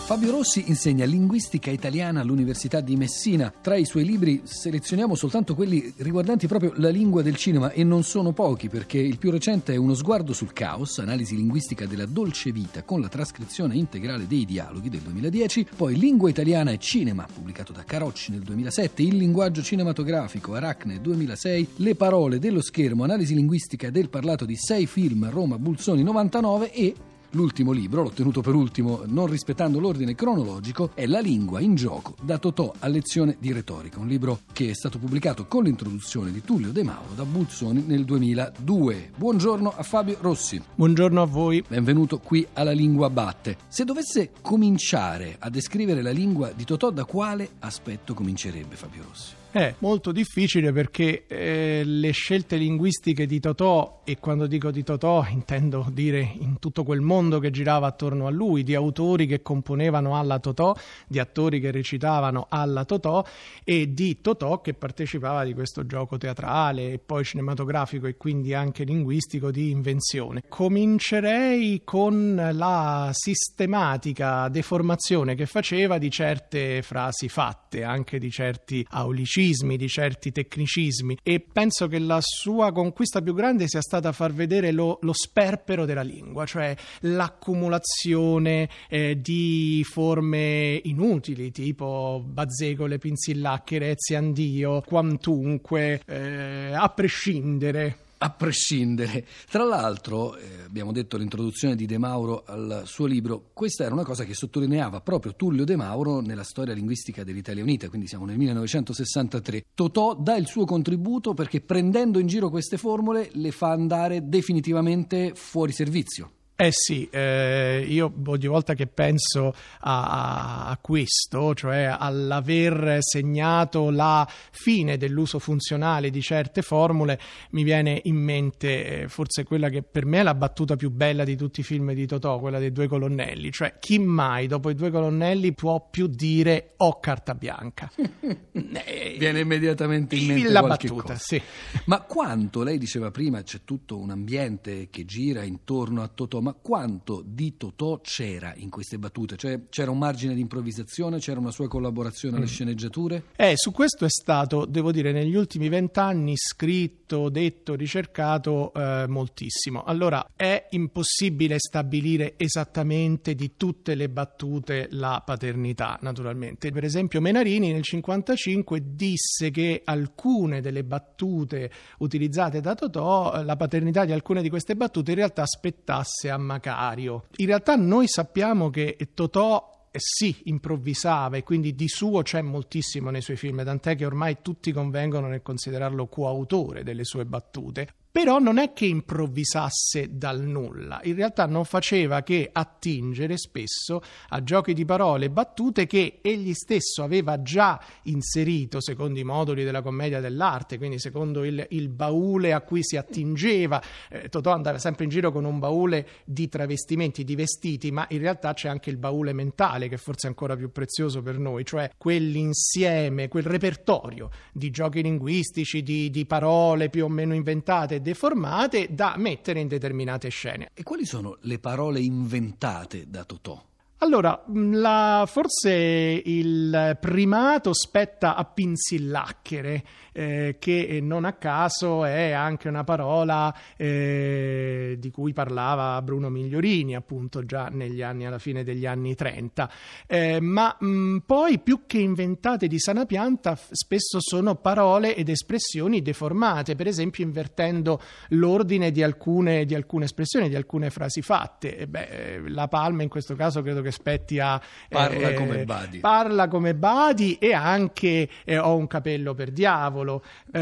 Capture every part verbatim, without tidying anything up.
Fabio Rossi insegna linguistica italiana all'Università di Messina. Tra i suoi libri selezioniamo soltanto quelli riguardanti proprio la lingua del cinema, e non sono pochi, perché il più recente è Uno sguardo sul caos, analisi linguistica della dolce vita con la trascrizione integrale dei dialoghi del duemiladieci, poi Lingua italiana e cinema, pubblicato da Carocci nel duemilasette, Il linguaggio cinematografico, Aracne duemilasei, Le parole dello schermo, analisi linguistica del parlato di sei film, Roma Bulzoni novantanove, e l'ultimo libro, l'ho tenuto per ultimo, non rispettando l'ordine cronologico, è La lingua in gioco, da Totò a lezione di retorica, un libro che è stato pubblicato con l'introduzione di Tullio De Mauro da Bulzoni nel duemiladue. Buongiorno a Fabio Rossi. Buongiorno a voi. Benvenuto qui alla Lingua Batte. Se dovesse cominciare a descrivere la lingua di Totò, da quale aspetto comincerebbe Fabio Rossi? È molto difficile perché eh, le scelte linguistiche di Totò, e quando dico di Totò intendo dire in tutto quel mondo che girava attorno a lui, di autori che componevano alla Totò, di attori che recitavano alla Totò e di Totò che partecipava di questo gioco teatrale e poi cinematografico e quindi anche linguistico di invenzione. Comincerei con la sistematica deformazione che faceva di certe frasi fatte, anche di certi aulicismi, di certi tecnicismi, e penso che la sua conquista più grande sia stata far vedere lo, lo sperpero della lingua, cioè l'accumulazione eh, di forme inutili tipo bazzecole, pinzillacchere, eziandio, quantunque, eh, a prescindere. A prescindere. Tra l'altro, eh, abbiamo detto l'introduzione di De Mauro al suo libro, questa era una cosa che sottolineava proprio Tullio De Mauro nella storia linguistica dell'Italia Unita, quindi siamo nel millenovecentosessantatré. Totò dà il suo contributo perché, prendendo in giro queste formule, le fa andare definitivamente fuori servizio. Eh sì, eh, io ogni volta che penso a, a questo, cioè all'aver segnato la fine dell'uso funzionale di certe formule, mi viene in mente eh, forse quella che per me è la battuta più bella di tutti i film di Totò, quella dei due colonnelli, cioè chi mai dopo i due colonnelli può più dire ho carta bianca? Viene immediatamente in mente la qualche battuta, cosa. Sì. Ma quanto, lei diceva prima, c'è tutto un ambiente che gira intorno a Totò, ma quanto di Totò c'era in queste battute? Cioè c'era un margine di improvvisazione, c'era una sua collaborazione alle mm. sceneggiature? Eh, su questo è stato, devo dire, negli ultimi vent'anni scritto, detto, ricercato eh, moltissimo. Allora, è impossibile stabilire esattamente di tutte le battute la paternità, naturalmente. Per esempio Menarini nel cinquantacinque disse che alcune delle battute utilizzate da Totò, la paternità di alcune di queste battute in realtà spettasse a Macario. In realtà noi sappiamo che Totò eh sì, improvvisava, e quindi di suo c'è moltissimo nei suoi film, tant'è che ormai tutti convengono nel considerarlo coautore delle sue battute. Però non è che improvvisasse dal nulla, in realtà non faceva che attingere spesso a giochi di parole e battute che egli stesso aveva già inserito secondo i moduli della commedia dell'arte, quindi secondo il, il baule a cui si attingeva. Eh, Totò andava sempre in giro con un baule di travestimenti, di vestiti, ma in realtà c'è anche il baule mentale, che forse è ancora più prezioso per noi, cioè quell'insieme, quel repertorio di giochi linguistici, di, di parole più o meno inventate, deformate, da mettere in determinate scene. E quali sono le parole inventate da Totò? Allora, la, forse il primato spetta a pinzillacchere, eh, che non a caso è anche una parola eh, di cui parlava Bruno Migliorini, appunto, già negli anni, alla fine degli anni trenta. Eh, ma mh, poi, più che inventate di sana pianta, f- spesso sono parole ed espressioni deformate, per esempio invertendo l'ordine di alcune, di alcune espressioni, di alcune frasi fatte. E beh, La Palma in questo caso credo che aspetti a parla eh, come Badi parla come Badi e anche eh, ho un capello per diavolo,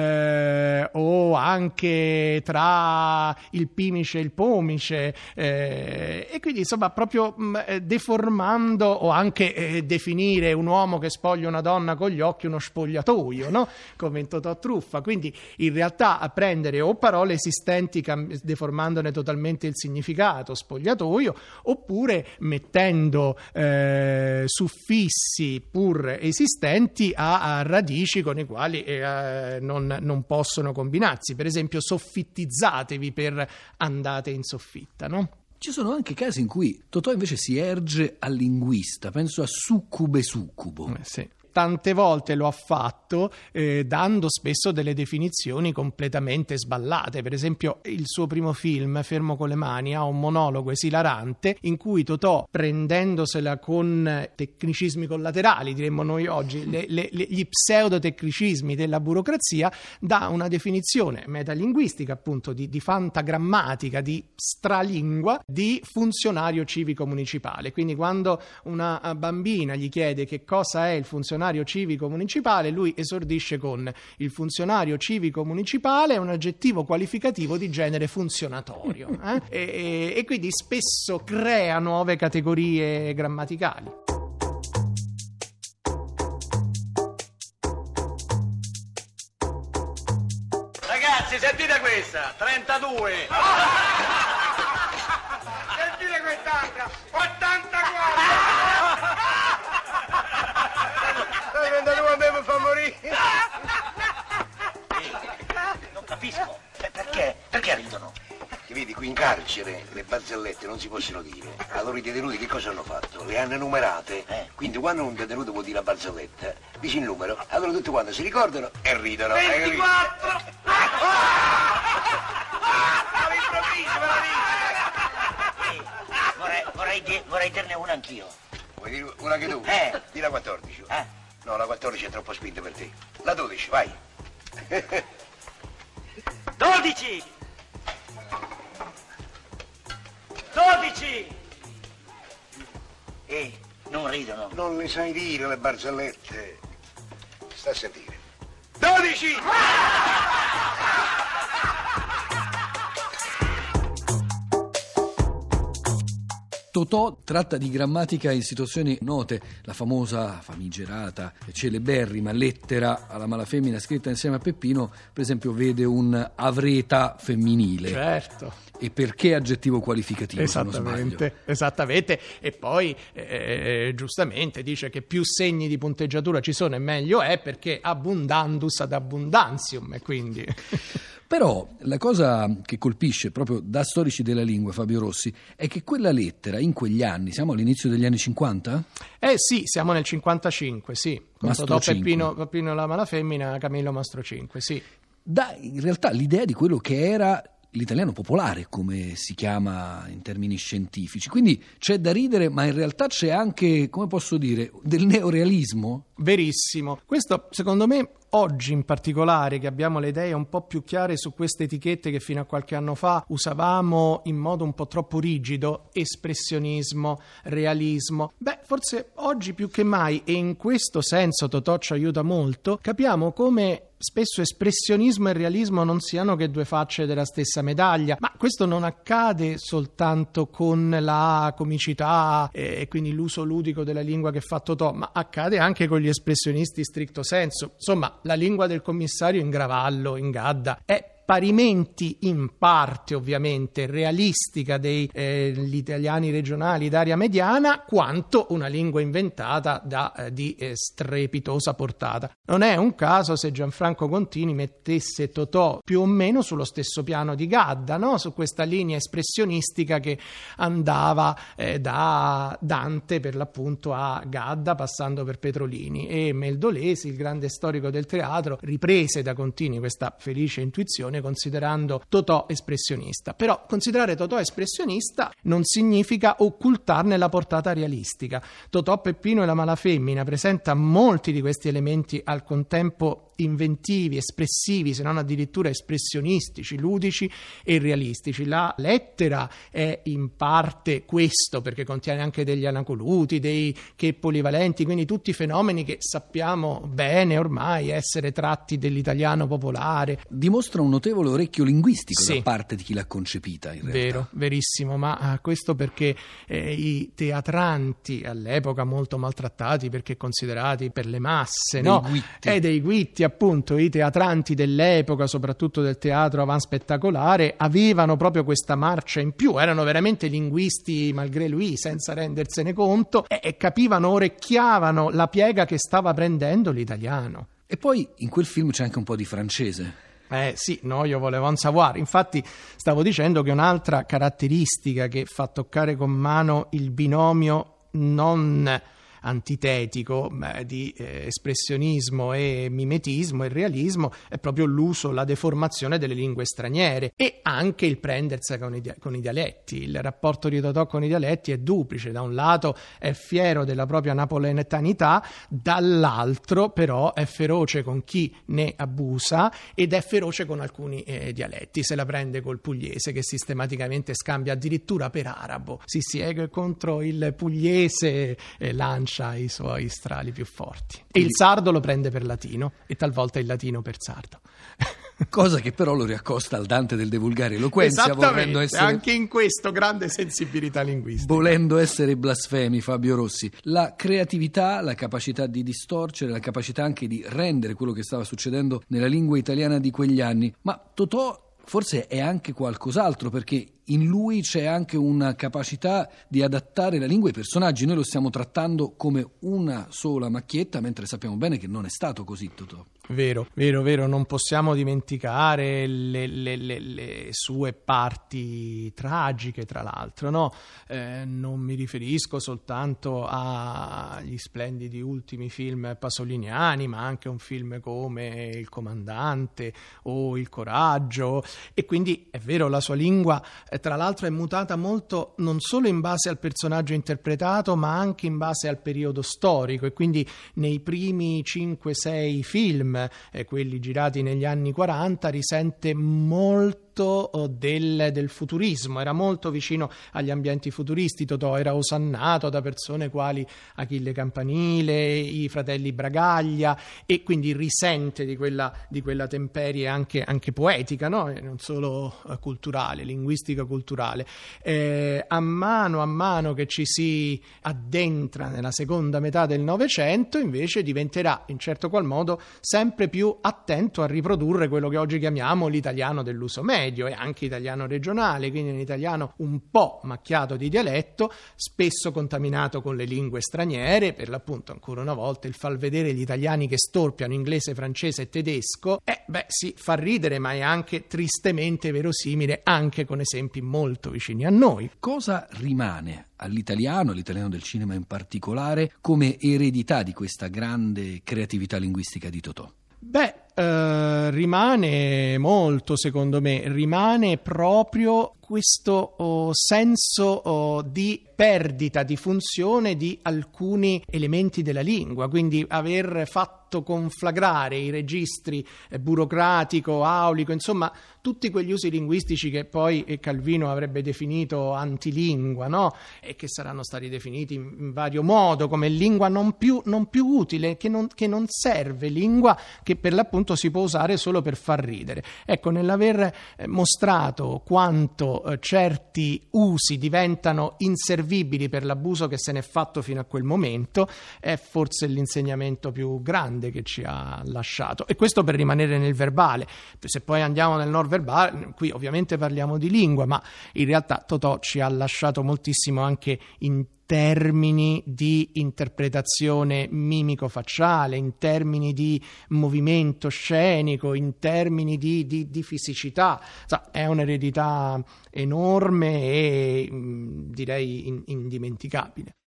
eh, o anche tra il pimice e il pomice, eh, e quindi insomma proprio mh, deformando, o anche eh, definire un uomo che spoglia una donna con gli occhi uno spogliatoio, no? Come in Totò Truffa. Quindi in realtà a prendere o parole esistenti cam- deformandone totalmente il significato, spogliatoio, oppure mettendo Eh, suffissi pur esistenti a, a radici con i quali eh, non, non possono combinarsi. Per esempio, soffitizzatevi per andate in soffitta, no? Ci sono anche casi in cui Totò invece si erge al linguista, penso a Succube Succubo. Eh, sì. Tante volte lo ha fatto, eh, dando spesso delle definizioni completamente sballate. Per esempio, il suo primo film, Fermo con le mani, ha un monologo esilarante in cui Totò, prendendosela con tecnicismi collaterali, diremmo noi oggi, le, le, le, gli pseudotecnicismi della burocrazia, dà una definizione metalinguistica, appunto, di, di fantagrammatica, di stralingua, di funzionario civico municipale. Quindi quando una bambina gli chiede che cosa è il funzionario civico municipale, lui esordisce con: il funzionario civico municipale è un aggettivo qualificativo di genere funzionatorio, eh? e, e quindi spesso crea nuove categorie grammaticali. Ragazzi, sentite questa, trentadue. Sentite quest'altra, ottantaquattro. Andiamo fa morire. Non capisco. Perché? Perché ridono? Ti vedi, qui in carcere le barzellette non si possono dire. Allora i detenuti che cosa hanno fatto? Le hanno numerate. Eh. Quindi quando un detenuto vuol dire la barzelletta, dice il numero, allora tutti quanti si ricordano e ridono. ventiquattro! All'improvviso, me la dice. Vorrei, vorrei, di- vorrei dirne una anch'io. Vuoi dire una che tu? Eh. Di la quattordici. Eh? No, la quattordici è troppo spinta per te. La dodici, vai. dodici! dodici! Eh, non ridono. Non le sai dire le barzellette. Sta a sentire. dodici! Totò tratta di grammatica in situazioni note, la famosa, famigerata, celeberrima lettera alla malafemmina scritta insieme a Peppino, per esempio, vede un avreta femminile. Certo. E perché aggettivo qualificativo, se non sbaglio. Esattamente, esattamente. E poi eh, giustamente dice che più segni di punteggiatura ci sono e meglio è, perché abundandus ad abundantium, e quindi... Però la cosa che colpisce proprio da storici della lingua, Fabio Rossi, è che quella lettera in quegli anni, siamo all'inizio degli anni cinquanta? Eh sì, siamo nel cinquantacinque, sì. Con Totò, Peppino, Peppino la malafemmina, Camillo Mastrocinque, sì. Dà in realtà l'idea di quello che era l'italiano popolare, come si chiama in termini scientifici. Quindi c'è da ridere, ma in realtà c'è anche, come posso dire, del neorealismo? Verissimo. Questo, secondo me, oggi in particolare, che abbiamo le idee un po' più chiare su queste etichette che fino a qualche anno fa usavamo in modo un po' troppo rigido, espressionismo, realismo, beh, forse oggi più che mai, e in questo senso Totò ci aiuta molto, capiamo come spesso espressionismo e realismo non siano che due facce della stessa medaglia, ma questo non accade soltanto con la comicità e quindi l'uso ludico della lingua che fa Totò, ma accade anche con gli espressionisti stricto sensu. Insomma, la lingua del commissario in Gravallo, in Gadda, è parimenti in parte ovviamente realistica degli eh, italiani regionali d'area mediana, quanto una lingua inventata da, eh, di eh, strepitosa portata. Non è un caso se Gianfranco Contini mettesse Totò più o meno sullo stesso piano di Gadda, no? Su questa linea espressionistica che andava eh, da Dante per l'appunto a Gadda, passando per Petrolini, e Meldolesi, il grande storico del teatro, riprese da Contini questa felice intuizione considerando Totò espressionista. Però considerare Totò espressionista non significa occultarne la portata realistica. Totò, Peppino e la malafemmina presenta molti di questi elementi al contempo inventivi, espressivi, se non addirittura espressionistici, ludici e realistici. La lettera è in parte questo, perché contiene anche degli anacoluti, dei che polivalenti, quindi tutti fenomeni che sappiamo bene ormai essere tratti dell'italiano popolare. Dimostra un notevole orecchio linguistico, sì, da parte di chi l'ha concepita, in realtà. Vero, verissimo, ma uh, questo perché eh, i teatranti all'epoca, molto maltrattati perché considerati per le masse, dei no? guitti. E dei guitti, appunto, i teatranti dell'epoca, soprattutto del teatro avanspettacolare, avevano proprio questa marcia in più, erano veramente linguisti malgré lui, senza rendersene conto, e, e capivano, orecchiavano la piega che stava prendendo l'italiano. E poi in quel film c'è anche un po' di francese. Eh sì, no, io volevo un savoir. Infatti stavo dicendo che un'altra caratteristica che fa toccare con mano il binomio non antitetico beh, di eh, espressionismo e mimetismo e realismo è proprio l'uso, la deformazione delle lingue straniere e anche il prendersela con i, con i dialetti. Il rapporto di Totò con i dialetti è duplice: da un lato è fiero della propria napoletanità, dall'altro però è feroce con chi ne abusa ed è feroce con alcuni eh, dialetti. Se la prende col pugliese, che sistematicamente scambia addirittura per arabo. Sì, sì, è che contro il pugliese eh, lancia i suoi strali più forti. E il sardo lo prende per latino e talvolta il latino per sardo. Cosa che però lo riaccosta al Dante del De Vulgare Eloquenzia, volendo essere... anche in questo grande sensibilità linguistica. Volendo essere blasfemi, Fabio Rossi. La creatività, la capacità di distorcere, la capacità anche di rendere quello che stava succedendo nella lingua italiana di quegli anni. Ma Totò forse è anche qualcos'altro, perché in lui c'è anche una capacità di adattare la lingua ai personaggi. Noi lo stiamo trattando come una sola macchietta, mentre sappiamo bene che non è stato così, Totò. Vero, vero, vero, non possiamo dimenticare le, le, le, le sue parti tragiche, tra l'altro, no? Eh, non mi riferisco soltanto agli splendidi ultimi film pasoliniani, ma anche a un film come Il Comandante o Il Coraggio, e quindi è vero, la sua lingua eh, tra l'altro è mutata molto non solo in base al personaggio interpretato, ma anche in base al periodo storico, e quindi nei primi cinque sei film, Eh, quelli girati negli anni quaranta, risente molto del, del futurismo, era molto vicino agli ambienti futuristi. Totò era osannato da persone quali Achille Campanile, i fratelli Bragaglia, e quindi risente di quella, di quella temperie anche, anche poetica, no? E non solo eh, culturale, linguistica culturale. Eh, a mano a mano che ci si addentra nella seconda metà del Novecento, invece diventerà in certo qual modo sempre più attento a riprodurre quello che oggi chiamiamo l'italiano dell'uso medio e anche italiano regionale, quindi un italiano un po' macchiato di dialetto, spesso contaminato con le lingue straniere. Per l'appunto, ancora una volta, il far vedere gli italiani che storpiano inglese, francese e tedesco, eh, beh, sì, fa ridere, ma è anche tristemente verosimile, anche con esempi molto vicini a noi. Cosa rimane all'italiano, all'italiano del cinema in particolare, come eredità di questa grande creatività linguistica di Totò? Beh, eh, rimane molto, secondo me, rimane proprio questo oh, senso oh, di perdita di funzione di alcuni elementi della lingua, quindi aver fatto conflagrare i registri eh, burocratico, aulico, insomma tutti quegli usi linguistici che poi eh, Calvino avrebbe definito antilingua, no? E che saranno stati definiti in, in vario modo come lingua non più, non più utile, che non, che non serve, lingua che per l'appunto si può usare solo per far ridere. Ecco, nell'aver eh, mostrato quanto eh, certi usi diventano inservibili per l'abuso che se n'è fatto fino a quel momento, è forse l'insegnamento più grande che ci ha lasciato. E questo per rimanere nel verbale. Se poi andiamo nel non verbale, qui ovviamente parliamo di lingua, ma in realtà Totò ci ha lasciato moltissimo anche in termini di interpretazione mimico-facciale, in termini di movimento scenico, in termini di, di, di fisicità. Insomma, è un'eredità enorme e mh, direi in, indimenticabile.